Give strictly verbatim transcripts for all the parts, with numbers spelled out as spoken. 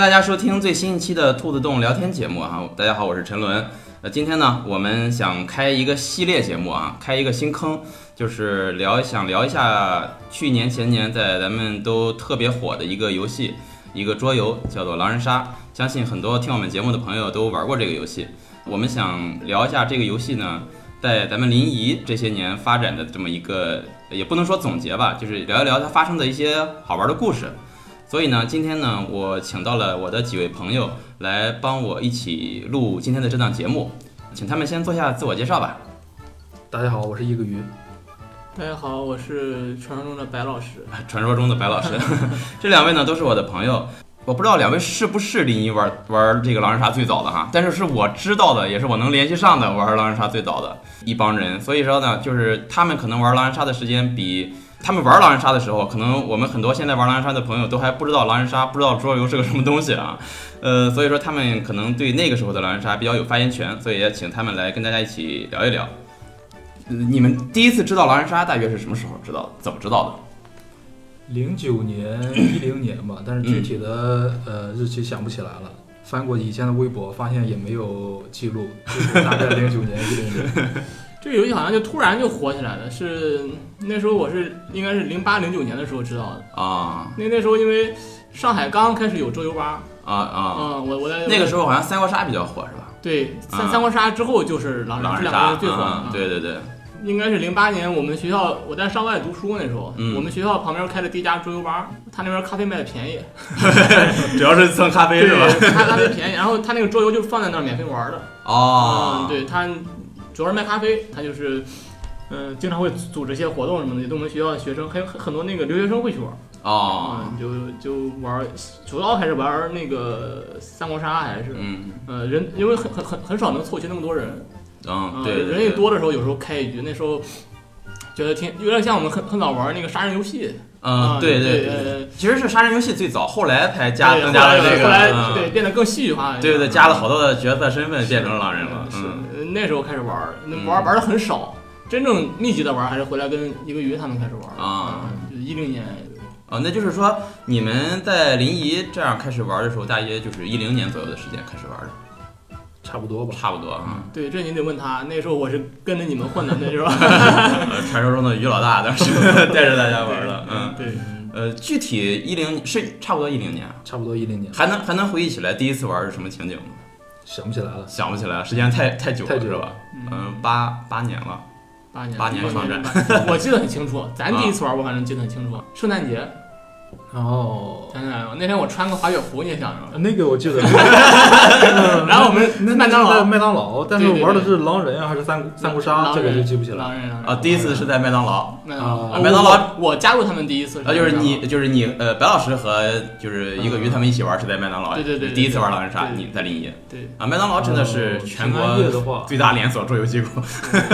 大家收听最新一期的兔子洞聊天节目啊！大家好，我是陈伦。呃，今天呢，我们想开一个系列节目啊，开一个新坑，就是聊想聊一下去年前年在咱们都特别火的一个游戏，一个桌游叫做狼人杀。相信很多听我们节目的朋友都玩过这个游戏。我们想聊一下这个游戏呢，在咱们临沂这些年发展的这么一个，也不能说总结吧，就是聊一聊它发生的一些好玩的故事。所以呢，今天呢，我请到了我的几位朋友来帮我一起录今天的这档节目，请他们先做下自我介绍吧。 大家好，我是一个鱼。 大家好，我是传说中的白老师。 传说中的白老师，这两位呢都是我的朋友。我不知道两位是不是临沂玩玩这个狼人杀最早的哈，但是是我知道的，也是我能联系上的玩狼人杀最早的一帮人。所以说呢，就是他们可能玩狼人杀的时间比他们玩狼人杀的时候，可能我们很多现在玩狼人杀的朋友都还不知道狼人杀，不知道桌游是个什么东西啊。呃，所以说他们可能对那个时候的狼人杀比较有发言权，所以也请他们来跟大家一起聊一聊。呃、你们第一次知道狼人杀大约是什么时候知道的？怎么知道的？ 零九年、一零年吧，但是具体的、嗯、呃日期想不起来了。翻过以前的微博，发现也没有记录，就是大概零九年、一零年。 这个游戏好像就突然就火起来了，是那时候我是应该是零八零九年的时候知道的啊。那那时候因为上海刚开始有桌游吧啊啊， 嗯，我我在那个时候好像三国杀比较火是吧？ 对，三、啊、三国杀之后就是狼人杀，这两个是最火的、 啊。对对对。 应该是零八年，我们学校我在上外读书那时候、嗯，我们学校旁边开了第一家桌游吧，他那边咖啡卖的便宜， 主要是蹭咖啡是吧？ 他咖啡便宜，然后他那个桌游就放在那儿免费玩的。 哦， 嗯，对，他主要是卖咖啡，他就是，嗯、呃，经常会组织一些活动什么的，对我们学校的学生还有很多那个留学生会去玩。 哦， 嗯，就就玩，主要还是玩那个三国杀，还是，嗯，呃，人因为很很很很少能凑齐那么多人。 嗯，对, 对, 对， 人一多的时候，有时候开一局，那时候觉得挺有点像我们很很早玩那个杀人游戏。 嗯，对对 对, 对, 对，其实是杀人游戏最早，后来才加增加了这个， 后来、 嗯、 对变得更戏剧化。 对对，加了好多的角色身份，变成了狼人了。 是， 嗯， 那时候开始玩，玩玩的很少，真正密集的玩还是回来跟一个鱼他们开始玩啊，就一零年。 哦，那就是说你们在临沂这样开始玩的时候，大约就是一零年左右的时间开始玩的。 差不多吧， 差不多啊、嗯。 对，这你得问他。那时候我是跟着你们混的，那时候。 传说中的于老大当时带着大家玩的，嗯， 对。 呃，具体一零是差不多一零年， 差不多一零年。 还能还能回忆起来第一次玩是什么情景吗？ 想不起来了， 想不起来了，时间太太久了，是吧？嗯，八八年了， 八年， 八年抗战， 我记得很清楚。咱第一次玩，我反正记得很清楚，圣诞节。 哦， 想起来了，那天我穿个滑雪服，你也想着？ 那个我记得。 然后我们麦当劳， 麦当劳，但是玩的是狼人啊，还是三三国杀？这个就记不起来。 狼人啊，第一次是在麦当劳。 麦当劳， 麦当劳， 我加入他们第一次。 啊，就是你，就是你，呃，白老师和就是一个鱼他们一起玩是在麦当劳。 对对对。 第一次玩狼人杀，你在临沂。 对。 啊，麦当劳真的是全国最大连锁桌游机构。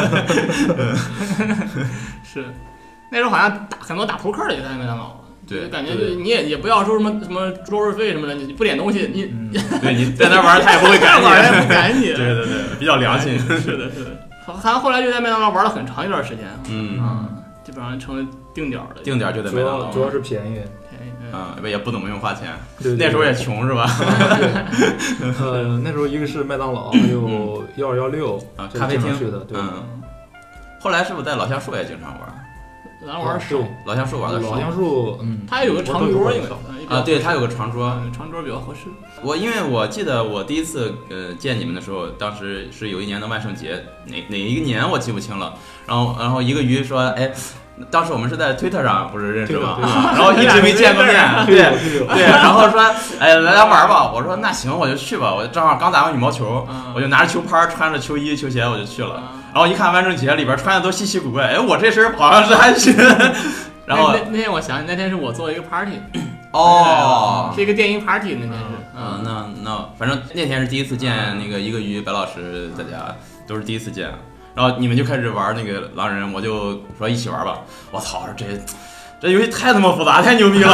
是，那时候好像打很多打扑克的也在麦当劳。 对， 感觉你也也不要说什么什么桌位费什么的，你不点东西，你、 嗯、对你在那玩他也不会赶你， 玩也不赶你。 对对对，比较良心。 是的，是的。好像后来就在麦当劳玩了很长一段时间， 嗯啊，基本上成了定点的。 定点就在麦当劳， 主要是便宜， 便宜， 嗯，也不怎么用花钱。 对， 那时候也穷是吧？ 呃，那时候一个是麦当劳，还有幺二幺六啊，咖啡厅去的，对。 嗯。后来是不是在老橡树也经常玩？ 咱玩少， 老橡树玩的少。 老橡树，嗯， 它有个长桌，应该啊，对，它有个长桌， 长桌比较合适。 我因为我记得我第一次呃见你们的时候，当时是有一年的万圣节，哪哪一个年我记不清了。然后然后一个鱼说，哎，当时我们是在推特上不是认识吗？然后一直没见过面，对对。然后说，哎，来来玩吧。我说那行，我就去吧。我正好刚打完羽毛球，我就拿着球拍，穿着球衣球鞋我就去了。然后一看万圣节里边穿的都稀奇古怪，哎，我这身好像是还行。然后那那天我想起那天是我做了一个 party， 哦， 是一个电音 party 那天是， 嗯，那那反正那天是第一次见那个一个鱼白老师，大家都是第一次见。然后你们就开始玩那个狼人，我就说一起玩吧。我操，这这游戏太他妈复杂，太牛逼了！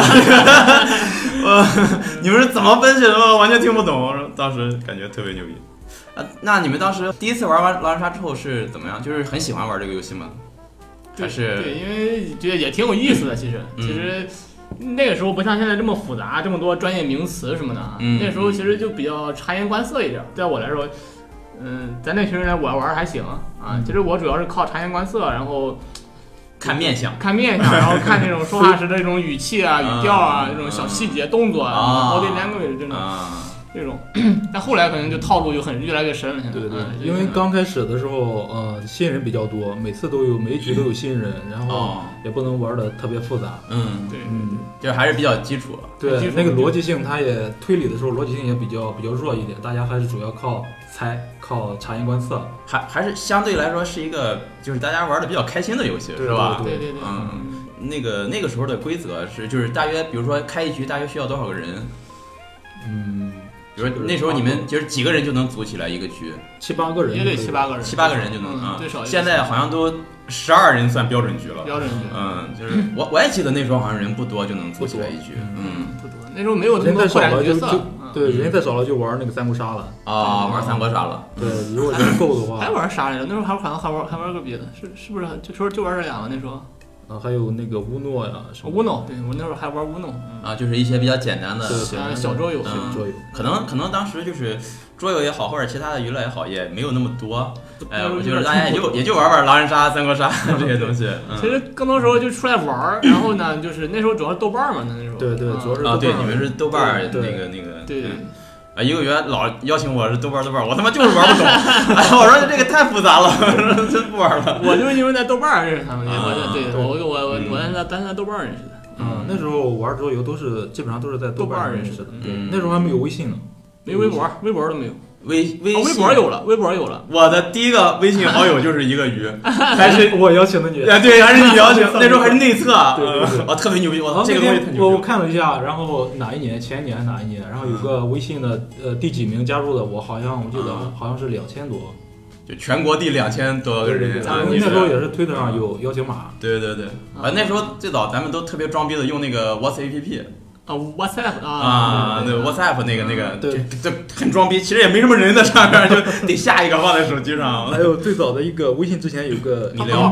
我你们是怎么分析的？我完全听不懂。当时感觉特别牛逼。啊，那你们当时第一次玩完狼人杀之后是怎么样？就是很喜欢玩这个游戏吗？还是对，因为觉得也挺有意思的。其实，嗯、其实那个时候不像现在这么复杂，这么多专业名词什么的。 嗯， 那时候其实就比较察言观色一点。对我来说，嗯，咱那群人我玩还行啊。其实我主要是靠察言观色，然后看面相， 看面相，然后看那种说话时的这种语气啊、语调啊、这种小细节、动作啊、body language 这种。这种，但后来可能就套路就很越来越深了。 对对，因为刚开始的时候，呃，新人比较多，每次都有每一局都有新人，然后也不能玩的特别复杂。 嗯， 对， 嗯，就还是比较基础。 对，那个逻辑性，它也推理的时候逻辑性也比较比较弱一点，大家还是主要靠猜，靠察言观色， 还还是相对来说是一个就是大家玩的比较开心的游戏，是吧？ 对对对， 嗯，那个那个时候的规则是就是大约，比如说开一局大约需要多少个人？ 嗯。 比如说那时候你们就是几个人就能组起来一个局， 七八个人也得七八个人， 七八个人就能啊、 嗯。最少现在好像都十二人算标准局了。 标准局， 嗯，就是我我也记得那时候好像人不多就能组起来一局， 嗯，不多。那时候没有人太少了就就对， 嗯、 人太少了就玩那个三国杀了啊，玩三国杀了。 对，如果人够的话， 还玩啥来着？那时候还好像还玩还玩个别的，是是不是就说就玩这俩了？那时候。 啊，还有那个乌诺呀， 乌诺，对我那时候还玩乌诺啊，就是一些比较简单的小桌游， 嗯、 桌游。 可能可能当时就是桌游也好，或者其他的娱乐也好，也没有那么多。哎，我就是大家也就也就玩玩狼人杀、三国杀这些东西。嗯、 其实更多时候就出来玩，然后呢，就是那时候主要是豆瓣嘛，那时候。 对对，主要是啊，对，你们是豆瓣那个那个。 对。 啊，一个月老邀请我是豆瓣豆瓣，我他妈就是玩不懂。哎，我说这个太复杂了，真不玩了。 我就是因为在豆瓣认识他们，我对我我我我在咱在豆瓣认识的。 嗯，那时候玩桌游都是基本上都是在豆瓣认识的。嗯，那时候还没有微信呢， 没微博，微博都没有。 微微哦、微博有了，微博有了。 我的第一个微信好友就是一个鱼，还是我邀请的你。 啊，对，还是你邀请。那时候还是内测， 对对对， 我特别牛逼。我这个东西我我看了一下，然后哪一年？前年哪一年？然后有个微信的呃第几名加入的，我好像我记得好像是两千多， 就全国第两千多个人。 那时候也是推特上有邀请码。 对对对，啊，那时候最早咱们都特别装逼的用那个 WhatsApp A P P。 啊 ，WhatsApp 啊， 啊，对 WhatsApp 那个那个，对，这很装逼，其实也没什么人在上面，就得下一个放在手机上。 还有最早的一个微信之前有个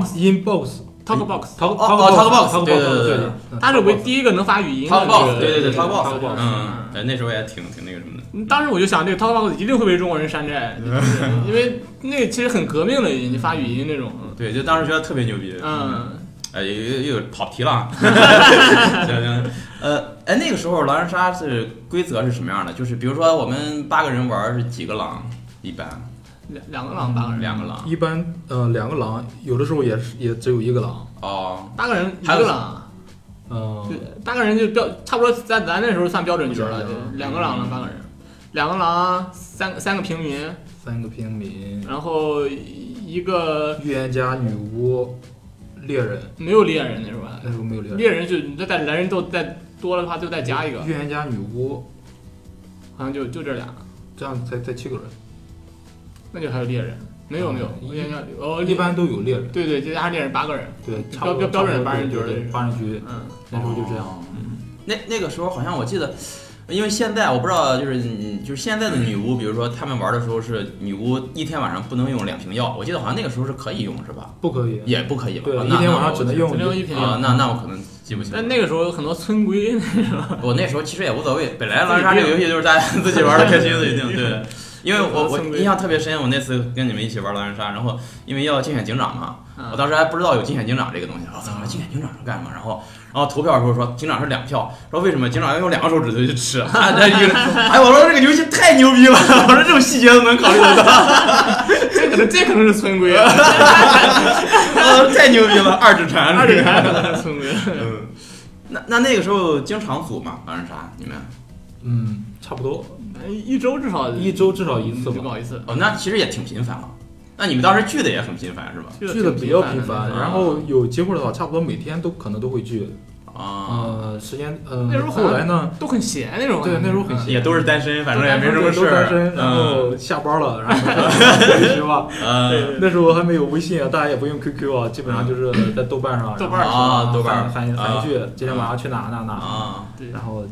Inbox。Talkbox，Talk Talkbox，对对对对， 它是为第一个能发语音的。 Talkbox，对对对 Talkbox，嗯，对，那时候也挺挺那个什么的。当时我就想，这个 Talkbox 一定会被中国人山寨，因为那个其实很革命了，你发语音那种。 对，就当时觉得特别牛逼。 嗯。 哎，又又跑题了。行行，呃，哎，那个时候狼人杀是规则是什么样的？就是比如说我们八个人玩是几个狼？一般两两个狼，八个人， 两个狼。 一般呃两个狼，有的时候也是也只有一个狼。 哦， 八个人一个狼。 嗯， 八个人就标差不多在咱那时候算标准局了，两个狼了，八个人，两个狼，三三个平民， 三个平民， 然后一个预言家、女巫。猎人没有猎人那时候吧？ 那时候没有猎人。 猎人就你再来人都再多的话，就再加一个。 预言家、女巫， 好像就就这俩， 这样才才七个人。 那就还有猎人？没有没有，预言家哦， 一般都有猎人。 对对，再加上猎人八个人。 对， 标标标准八人局的八人局。 嗯， 那时候就这样。 嗯，那那个时候好像我记得。因为现在我不知道，就是就是现在的女巫，比如说他们玩的时候是女巫一天晚上不能用两瓶药，我记得好像那个时候是可以用，是吧？ 不可以， 也不可以吧？ 对，一天晚上只能用一瓶药。 啊，那那我可能记不清。 但那个时候有很多村规， 我那时候其实也无所谓，本来狼人杀这个游戏就是大家自己玩的开心的一定对。因为我我印象特别深，我那次跟你们一起玩狼人杀，然后因为要竞选警长嘛，我当时还不知道有竞选警长这个东西，我操，竞选警长是干什么？然后然后投票的时候说警长是两票，说为什么警长要用两个手指头去吃？啊，这一个，哎，我说这个游戏太牛逼了，我说这种细节都能考虑得到， 这可能这可能是村规， 呃，太牛逼了，二指禅， 二指禅可能是村规。 嗯，那那那个时候经常组嘛狼人杀，你们？ 嗯，差不多。 一周至少一周至少一次吧， 搞一次。 哦，那其实也挺频繁了。那你们当时聚的也很频繁是吧？ 聚的比较频繁，然后有机会的话，差不多每天都可能都会聚。啊，呃，时间呃， 那时候后来呢都很闲那种。 对，那时候很闲， 也都是单身，反正也没什么事。 都单身，然后下班了，然后回去吧。 嗯， 那时候还没有微信啊，大家也不用 Q Q 啊，基本上就是在豆瓣上， 豆瓣啊， 豆瓣喊喊一句，今天晚上去哪哪哪啊， 然后。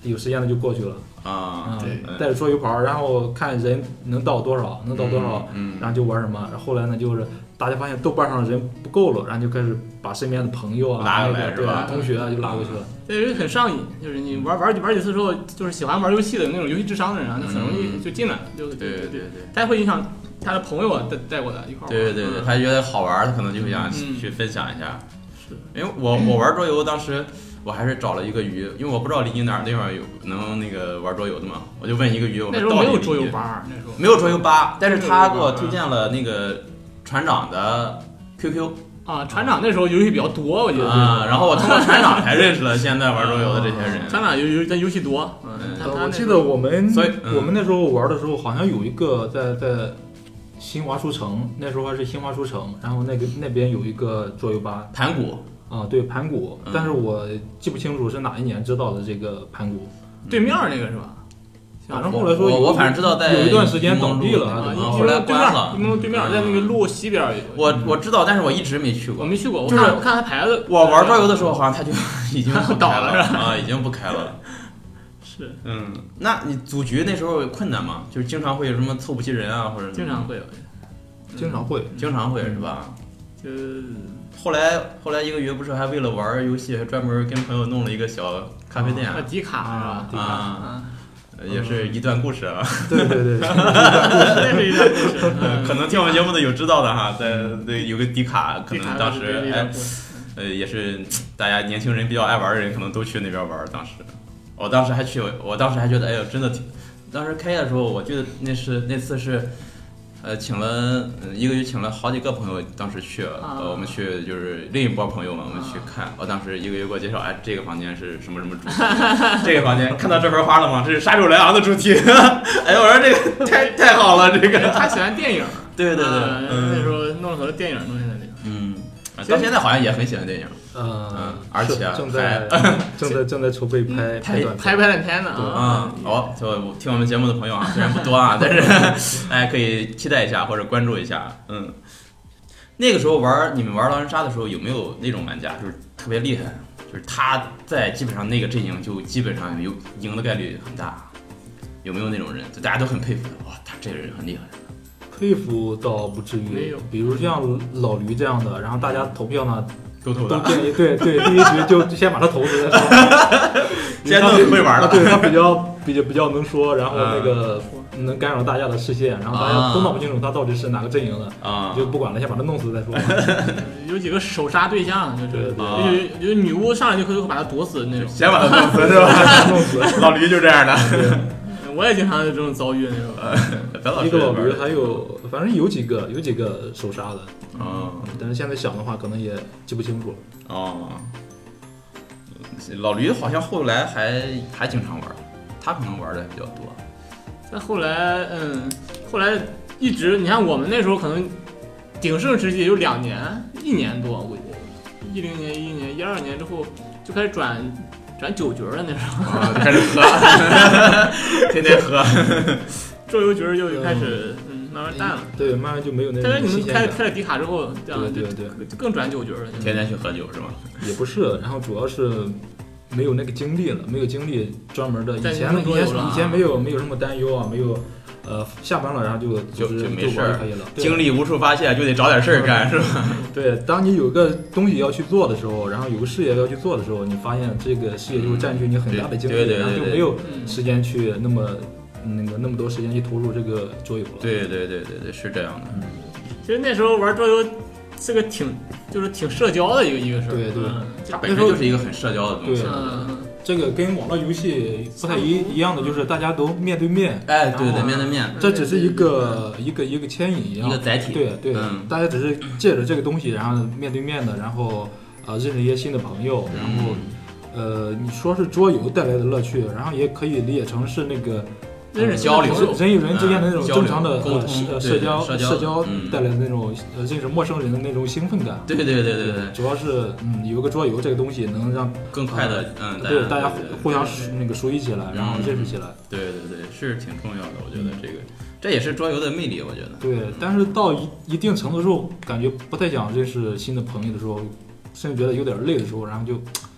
有时间了就过去了啊， 对，带着桌游牌，然后看人能到多少，能到多少， 嗯， 然后就玩什么。然后后来呢，就是大家发现豆瓣上人不够了，然后就开始把身边的朋友啊拉过来， 对吧？同学啊就拉过去了。 对，很上瘾，就是你玩玩玩几次之后，就是喜欢玩游戏的那种游戏智商的人啊，就很容易就进来了，就对对对对， 他会影响他的朋友啊带带过来一块玩。 对对对，他觉得好玩，他可能就想去分享一下。是，因为我我玩桌游当时。我还是找了一个鱼，因为我不知道离你哪儿地方有能那个玩桌游的嘛，我就问一个鱼，我那时候没有桌游吧？那时候没有桌游吧，但是他给我推荐了那个船长的 Q Q 啊，船长那时候游戏比较多，我觉得啊，然后我通过船长才认识了现在玩桌游的这些人。 船长游游但游戏多，嗯， 我记得我们所以我们那时候玩的时候，好像有一个在在新华书城，那时候还是新华书城，然后那个那边有一个桌游吧， 盘古。 啊，对盘古，但是我记不清楚是哪一年知道的这个盘古， 对面那个是吧？ 反正后来说我我反正知道在有一段时间倒闭了， 啊， 后来关了。 一梦对面在那个路西边有。 我我知道，但是我一直没去过。 我没去过， 就是我看他牌子。 我玩桌游的时候，好像他就已经不倒了是吧？ 啊，已经不开了。 是， 嗯，那你组局那时候困难吗？就是经常会有什么凑不齐人啊，或者经常会有， 经常会， 经常会是吧？ 就。 后来，后来一个月不是还为了玩游戏，还专门跟朋友弄了一个小咖啡店， 啊，迪卡是吧？ 啊，也是一段故事啊。 对对对， 那是一段故事。 可能听我们节目的有知道的哈，在对有个迪卡，可能当时哎，呃，也是大家年轻人比较爱玩的人，可能都去那边玩。当时，我当时还去，我当时还觉得，哎呦，真的挺。当时开业的时候，我记得那是那次是。呃，请了一个月，请了好几个朋友，当时去， 啊、 呃，我们去就是另一波朋友们，我们去看。我、啊、当时一个月给我介绍，哎，这个房间是什么什么主题？这个房间看到这盆花了吗？这是杀手莱昂的主题。哎，我说这个太太好了，这个。 他喜欢电影。 对对对， 啊嗯、那时候弄了很多电影东西在里边。 嗯，到现在好像也很喜欢电影。 嗯嗯，而且正在正在正在筹备拍拍拍拍烂片呢啊！哦，就听我们节目的朋友啊，虽然不多啊，但是大家可以期待一下或者关注一下。嗯，那个时候玩你们玩狼人杀的时候，有没有那种玩家就是特别厉害，就是他在基本上那个阵营就基本上有赢的概率很大？有没有那种人，就大家都很佩服的？哇，他这个人很厉害。 佩服倒不至于，比如像老驴这样的，然后大家投票呢。 都投的， 对对对，第一局就先把他投死再说。 先弄会玩了， 对他比较比较比较能说，然后那个能干扰大家的视线，然后大家都闹不清楚他到底是哪个阵营的啊，就不管了，先把他弄死再说。 有几个手杀对象，就是有有女巫上来就可以把他躲死那种， 先把他弄死是吧？弄死，老驴就这样的。 我也经常有这种遭遇那种。一个老驴还有，反正有几个有几个手杀的。 哦， 但是现在想的话，可能也记不清楚了。 哦，老驴好像后来还还经常玩，他可能玩的比较多。 再后来，嗯，后来一直，你看我们那时候可能鼎盛时期也就两年，一年多，我估计一零年、一一年、一二年之后就开始转转酒局了，那时候、 啊、就开始喝，天天喝， 桌游局就开始。嗯慢慢淡了， 对，慢慢就没有那种。 但是你们开开了迪卡之后，这样对对对， 就更转酒局了。 天天去喝酒是吗？ 也不是，然后主要是没有那个精力了，没有精力专门的。以前以前以前没有没有什么担忧啊，没有呃下班了然后就就就没事儿可以了。 精力无处发泄，就得找点事儿干，是吧？ 对，当你有个东西要去做的时候，然后有个事业要去做的时候，你发现这个事业就会占据你很大的精力，然后就没有时间去那么。那个那么多时间去投入这个桌游了， 对对对对对，是这样的。 嗯， 其实那时候玩桌游是个挺就是挺社交的一个一个事儿。 对对， 它本身就是一个很社交的东西。 嗯， 这个跟网络游戏不太一一样的，就是大家都面对面。 哎，对对，面对面。 这只是一个一个一个牵引一样， 一个载体。 对对，大家只是借着这个东西，然后面对面的，然后呃认识一些新的朋友，然后呃你说是桌游带来的乐趣，然后也可以理解成是那个。 认识交流， 人与人之间的那种正常的沟通、 呃社交社社交带来的那种呃认识陌生人的那种兴奋感。 对对对对对， 主要是嗯有个桌游这个东西能让更快的嗯对大家互相那个熟悉起来，然后认识起来。 对对对，是挺重要的，我觉得这个这也是桌游的魅力，我觉得。 对，但是到一一定程度之后，感觉不太想认识新的朋友的时候，甚至觉得有点累的时候，然后就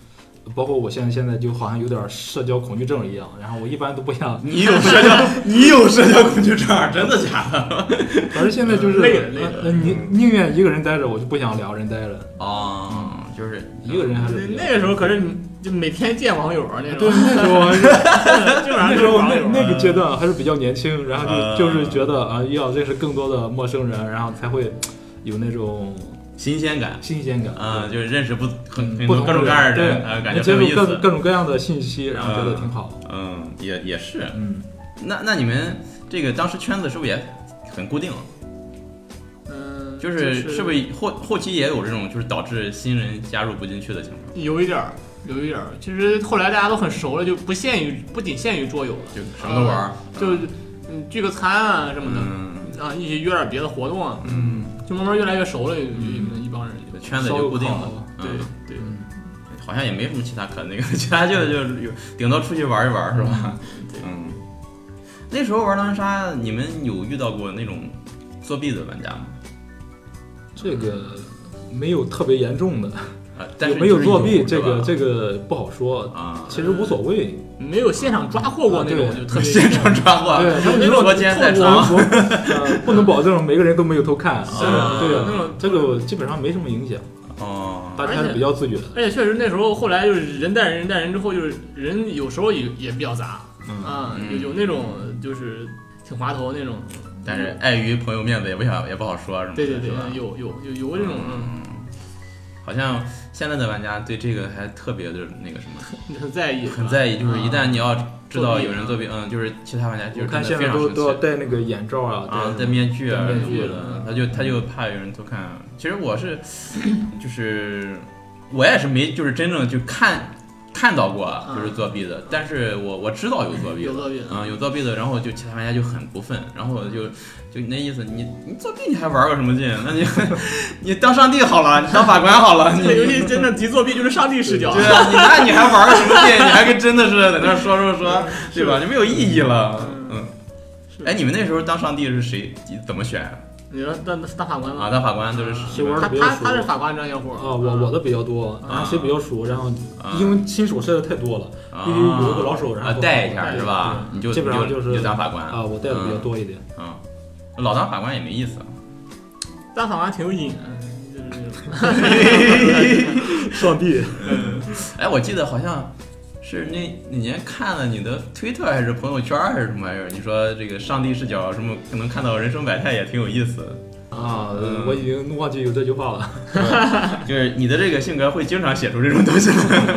包括我现在现在就好像有点社交恐惧症一样，然后我一般都不想。 你有社交，你有社交恐惧症，真的假的？ 反正现在就是累了累了， 呃，你宁愿一个人待着，我就不想两个人待着。 哦，嗯、就是一个人还是那个时候，可是就每天见网友啊那种。 对，那时候还是基本上那时候那那个阶段还是比较年轻，然后就、呃、就是觉得啊，要认识更多的陌生人，然后才会有那种。 新鲜感， 新鲜感啊、呃，就是认识不很不同各种各样的人，呃，感觉接很有意思， 各各种各样的信息，然后觉得挺好。 嗯，嗯也也是， 嗯， 那那你们这个当时圈子是不是也很固定了？ 嗯， 就是、就是、是不是后后期也有这种就是导致新人加入不进去的情况？ 有一点儿，有一点儿。其实后来大家都很熟了，就不限于不仅限于桌游了， 就什么都玩， 呃、就嗯聚个餐啊什么的， 嗯、 啊一起约点别的活动啊， 嗯。 就慢慢越来越熟了，有一一帮人， 圈子也就固定了。 对对、 嗯，好像也没什么其他可那个，其他就就有顶多出去玩一玩是吧？嗯，那时候玩狼人杀，你们有遇到过那种作弊的玩家吗？ 这个没有特别严重的。 啊，但是有没有作弊，这个这个不好说啊， 其实无所谓。 没有现场抓获过那种，就特别现场抓获。 对， 他们那种直播间在抓， 呃，不能保证每个人都没有偷看。 啊， 对啊，那种这个基本上没什么影响。 哦， 大家还是比较自觉的。 而且确实那时候后来就是人带人，人带人之后，就是人有时候也也比较杂啊，有有那种就是挺滑头那种。 但是碍于朋友面子，也不想也不好说，是吗？ 对对对，有有有有这种。 好像现在的玩家对这个还特别的那个什么， 很在意， 很在意。就是一旦你要知道有人作弊，嗯，就是其他玩家就是看现在都都要戴那个眼罩啊， 啊，戴面具啊面具的，他就他就怕有人偷看。其实我是，就是我也是没就是真正就看看到过就是作弊的，但是我我知道有作弊， 有作弊， 啊，有作弊的，然后就其他玩家就很不忿，然后就。就那意思，你你作弊你还玩个什么劲？那你你当上帝好了，你当法官好了。你这游戏真的提作弊就是上帝视角。 对啊，你那你还玩个什么劲？你还跟真的是在那说说说，对吧？就没有意义了。嗯。哎，你们那时候当上帝是谁？怎么选？ 你说当当法官吗？ 啊，当法官都是谁玩的比较熟？ 他他是法官专业户啊，我我的比较多，然后谁比较熟，然后因为新手实在太多了，必须有一个老手，然后带一下是吧？你就基本上就是就当法官啊，我带的比较多一点。 嗯。老当法官也没意思， 当法官挺有瘾， 就是上帝。 嗯，哎，我记得好像是那那年看了你的推特还是朋友圈还是什么玩意儿，你说这个上帝视角什么可能看到人生百态也挺有意思啊。嗯、我已经忘记有这句话了， 就是你的这个性格会经常写出这种东西。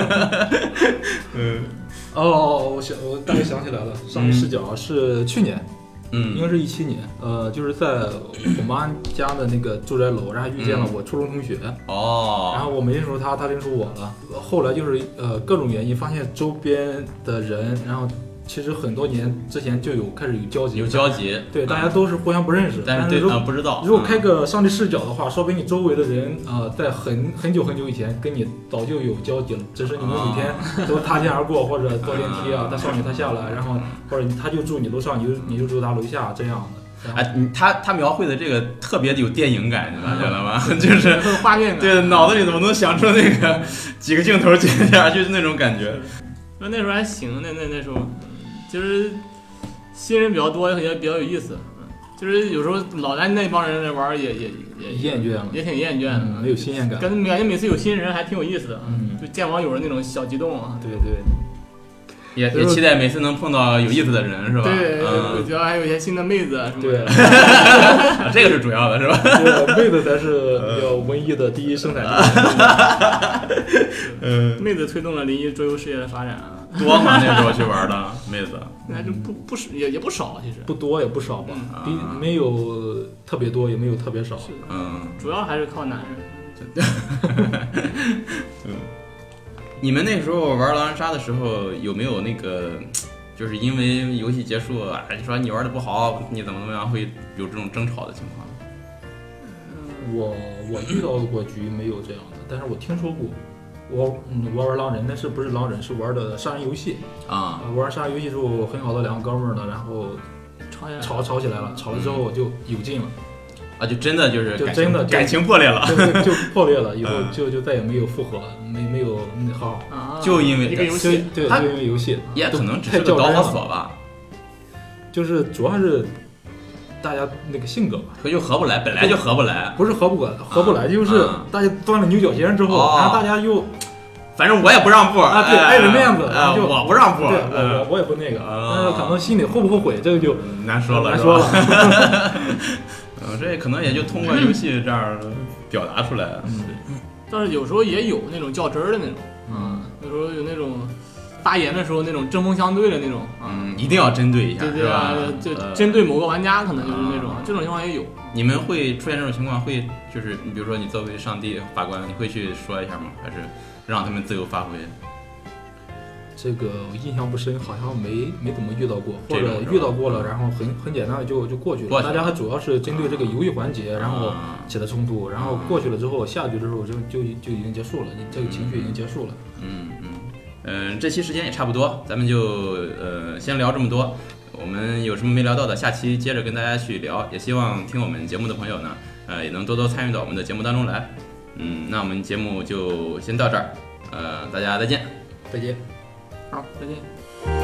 嗯， 哦，我想我大概想起来了，上帝视角是去年。 嗯， 应该是一七年，呃，就是在我妈家的那个住宅楼，然后遇见了我初中同学， 哦、嗯， 然后我没认出他，他认出我了。后来就是呃各种原因，发现周边的人，然后其实很多年之前就有开始有交集， 有交集， 对，大家都是互相不认识， 但是对啊、呃、不知道。 如果开个上帝视角的话，说明你周围的人呃在很很久很久以前跟你早就有交集了，只是你们每天都擦肩而过，或者坐电梯啊，他上去他下来，然后或者他就住你楼上，你就你就住他楼下这样的。 哎，他他描绘的这个特别有电影感，你发现了吗？就是画面感， 对，脑子里怎么能想出那个几个镜头接下，就是那种感觉。 那那时候还行，那那那时候。就是新人比较多，也比较有意思。就是有时候老来那帮人来玩，也也也厌倦了， 也挺厌倦的， 嗯、没有新鲜感。 感觉每次有新人还挺有意思的， 嗯， 就见网友的那种小激动啊。 对对， 也也期待每次能碰到有意思的人，是吧？ 对， 嗯、 主要还有一些新的妹子什么的。 对，这个是主要的，是吧？ 对，妹子才是比较文艺的第一生产力。 嗯， 妹子推动了临沂桌游事业的发展啊。 多吗？那时候去玩的妹子， 那就不不是也也不少，其实不多也不少吧， 嗯、 比没有特别多，也没有特别少。 是的， 嗯， 主要还是靠男人。 嗯，你们那时候玩狼人杀的时候，有没有那个，就是因为游戏结束，哎，你说你玩的不好，你怎么怎么样，会有这种争吵的情况？ 我我遇到过局没有这样的，但是我听说过。我嗯玩玩狼人，但是不是狼人，是玩的杀人游戏啊。 玩杀人游戏之后，很好的两个哥们儿呢，然后吵吵吵起来了，吵了之后就有劲了， 啊，就真的就是就真的感情破裂了， 就就破裂了，以后就就再也没有复合，没没有好好， 就因为一个游戏， 对，就因为游戏， 也可能只是个导火索吧， 就是主要是大家那个性格吧， 就合不来，本来就合不来， 不是合不来，合不来就是大家钻了牛角尖之后，然后大家又。 反正我也不让步啊，对，碍着面子， 啊，我不让步， 对，我我也不那个，但是可能心里后不后悔，这个就难说了， 难说了。 嗯，这可能也就通过游戏这样表达出来。 嗯， 但是有时候也有那种较真儿的那种，嗯，有时候有那种发言的时候那种针锋相对的那种， 嗯，一定要针对一下， 对对啊，就针对某个玩家，可能就是那种，这种情况也有。 你们会出现这种情况，会就是你比如说你作为上帝法官，你会去说一下吗？还是让他们自由发挥？ 这个我印象不深，好像没没怎么遇到过，或者遇到过了，然后很很简单的就就过去了。 过去大家还主要是针对这个游戏环节，然后起的冲突，然后过去了之后，下局之后就就就已经结束了，这个情绪已经结束了。 嗯嗯嗯、呃，这期时间也差不多，咱们就呃先聊这么多。我们有什么没聊到的，下期接着跟大家去聊。也希望听我们节目的朋友呢，呃，也能多多参与到我们的节目当中来。嗯，那我们节目就先到这儿，呃，大家再见， 再见。 好，再见。